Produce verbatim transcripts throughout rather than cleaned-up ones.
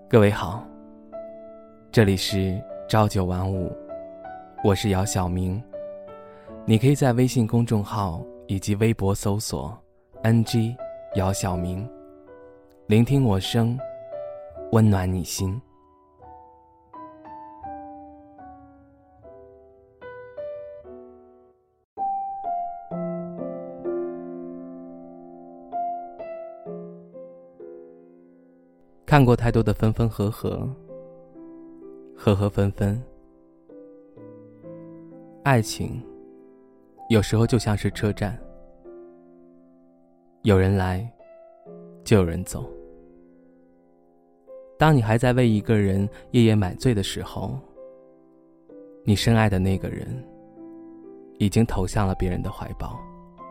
各位好，这里是朝九晚五，我是姚晓明。你可以在微信公众号以及微博搜索 N G 姚晓明，聆听我声，温暖你心。看过太多的分分合合，合合分分。爱情有时候就像是车站，有人来就有人走。当你还在为一个人夜夜买醉的时候，你深爱的那个人已经投向了别人的怀抱。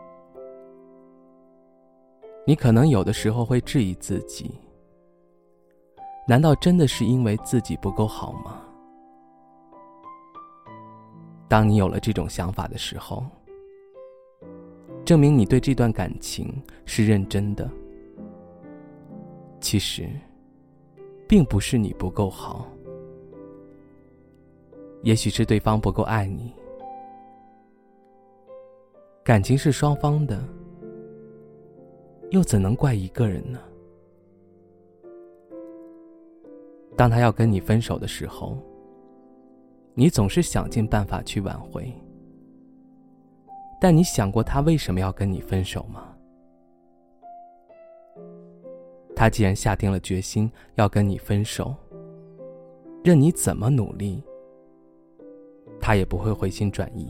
你可能有的时候会质疑自己，难道真的是因为自己不够好吗？当你有了这种想法的时候，证明你对这段感情是认真的。其实并不是你不够好，也许是对方不够爱你。感情是双方的，又怎能怪一个人呢？当他要跟你分手的时候，你总是想尽办法去挽回。但你想过他为什么要跟你分手吗？他既然下定了决心要跟你分手，任你怎么努力，他也不会回心转意。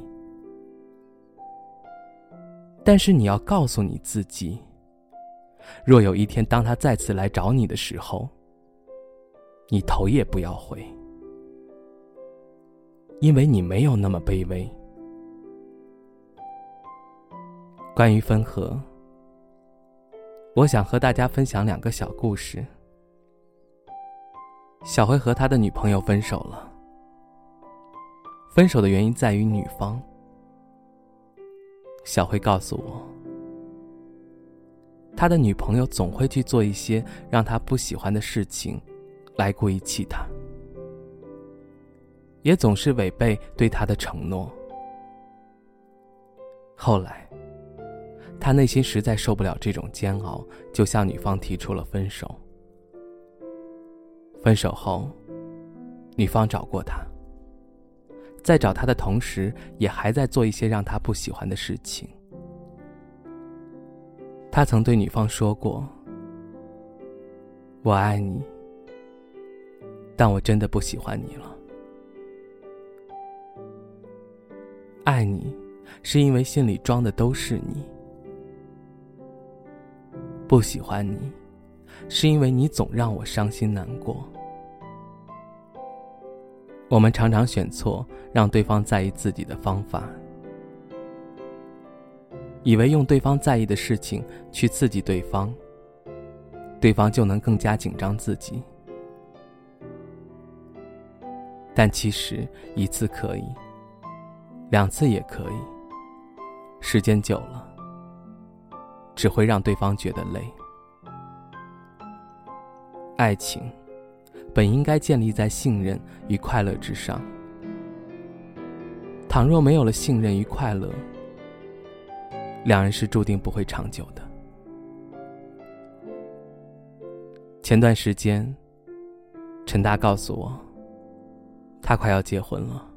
但是你要告诉你自己，若有一天当他再次来找你的时候，你头也不要回，因为你没有那么卑微。关于分合，我想和大家分享两个小故事。小辉和他的女朋友分手了，分手的原因在于女方。小辉告诉我，他的女朋友总会去做一些让他不喜欢的事情来故意气他，也总是违背对他的承诺。后来他内心实在受不了这种煎熬，就向女方提出了分手。分手后，女方找过他，在找他的同时，也还在做一些让他不喜欢的事情。他曾对女方说过，我爱你，但我真的不喜欢你了。爱你是因为心里装的都是你，不喜欢你是因为你总让我伤心难过。我们常常选错让对方在意自己的方法，以为用对方在意的事情去刺激对方，对方就能更加紧张自己。但其实一次可以，两次也可以，时间久了只会让对方觉得累。爱情本应该建立在信任与快乐之上，倘若没有了信任与快乐，两人是注定不会长久的。前段时间陈大告诉我，他快要结婚了。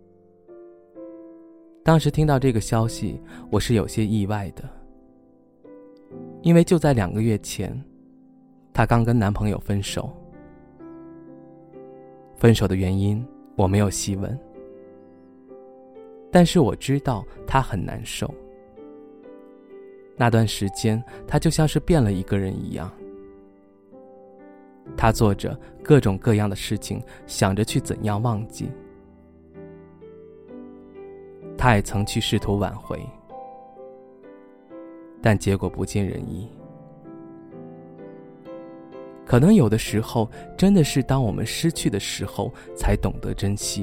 当时听到这个消息，我是有些意外的，因为就在两个月前，她刚跟男朋友分手。分手的原因我没有细问，但是我知道她很难受。那段时间，她就像是变了一个人一样。她做着各种各样的事情，想着去怎样忘记。她也曾去试图挽回，但结果不尽人意。可能有的时候，真的是当我们失去的时候，才懂得珍惜。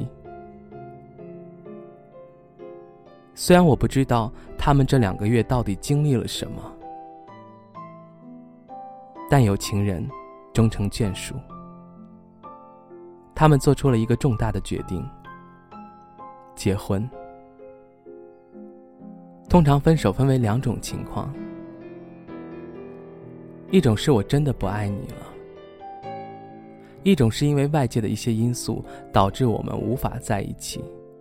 虽然我不知道他们这两个月到底经历了什么，但有情人终成眷属。 他们做出了一个重大的决定，结婚。通常分手分为两种情况，一种是我真的不爱你了，一种是因为外界的一些因素导致我们无法在一起。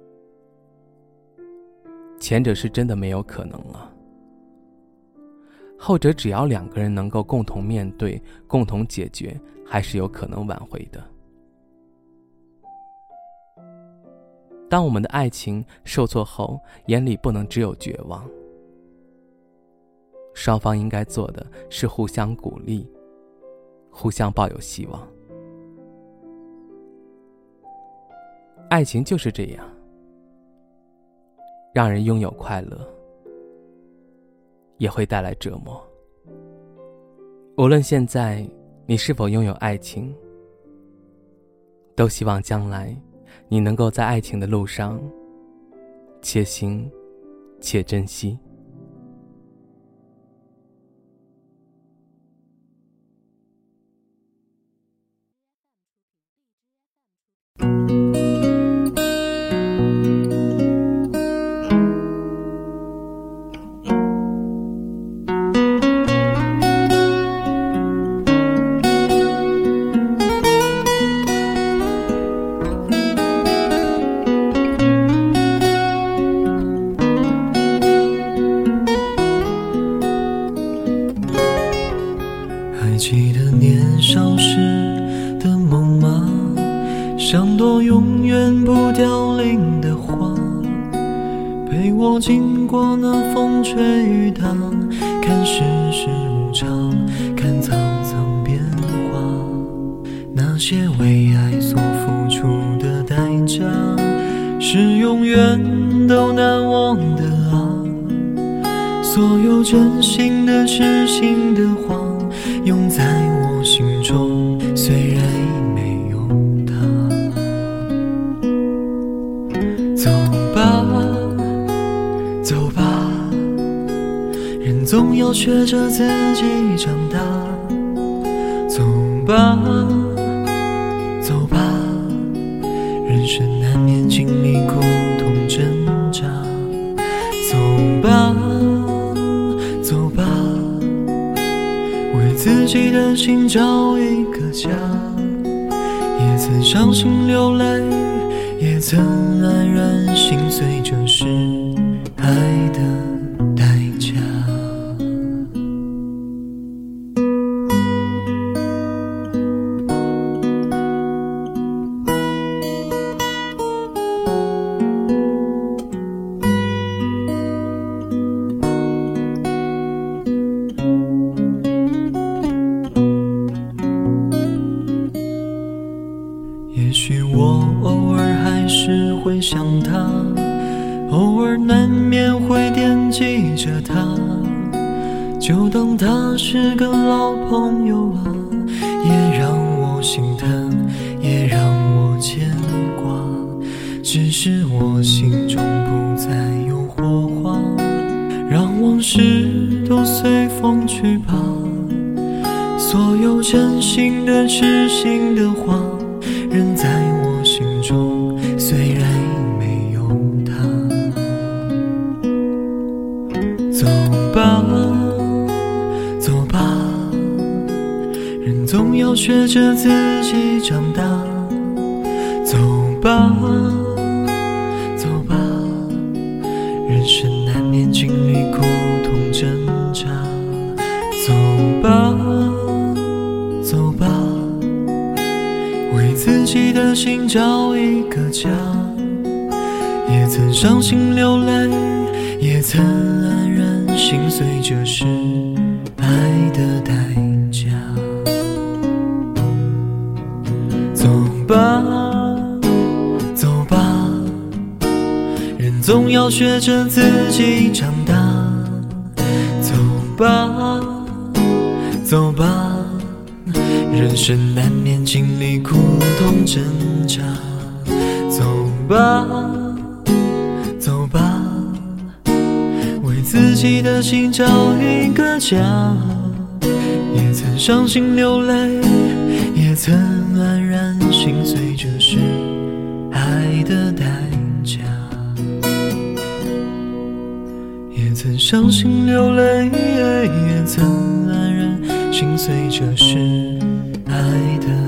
前者是真的没有可能了，后者只要两个人能够共同面对，共同解决，还是有可能挽回的。当我们的爱情受挫后，眼里不能只有绝望，双方应该做的是互相鼓励，互相抱有希望。爱情就是这样，让人拥有快乐，也会带来折磨。无论现在你是否拥有爱情，都希望将来你能够在爱情的路上且行且珍惜。 还记得年少时的梦吗？像朵永远不凋零的花，陪我经过那风吹雨打，看世事无常，看沧桑变化。那些为爱所付出的代价，是永远都难忘的啊。所有真心的痴心的话，永在我心中，虽然已没有他。走吧，走吧，人总要学着自己长大。走吧，走吧，人生难免经历苦痛挣扎。走吧，走吧，为自己的心找一个家，也曾伤心流泪，也曾黯然心碎，这是爱的代价。也许我偶尔还是会想他，偶尔难免会惦记着他，就当他是个老朋友啊，也让我心疼，也让我牵挂。只是我心中不再有火花，让往事都随风去吧。所有真心的痴心的话，仍在我心中，虽然已没有他。走吧，走吧，人总要学着自己长大。走吧，走吧，人生难免经历苦痛挣扎。走吧，走吧，为自己的心找一个家，也曾伤心流泪，也曾黯然心碎，这是爱的代价。走吧，走吧，人总要学着自己长大。走吧，走吧，人生难免经历苦痛挣扎。走吧，走吧，为自己的心找一个家，也曾伤心流泪，也曾黯然心碎，这是爱的代价。也曾伤心流泪，也曾黯然心碎，这是爱的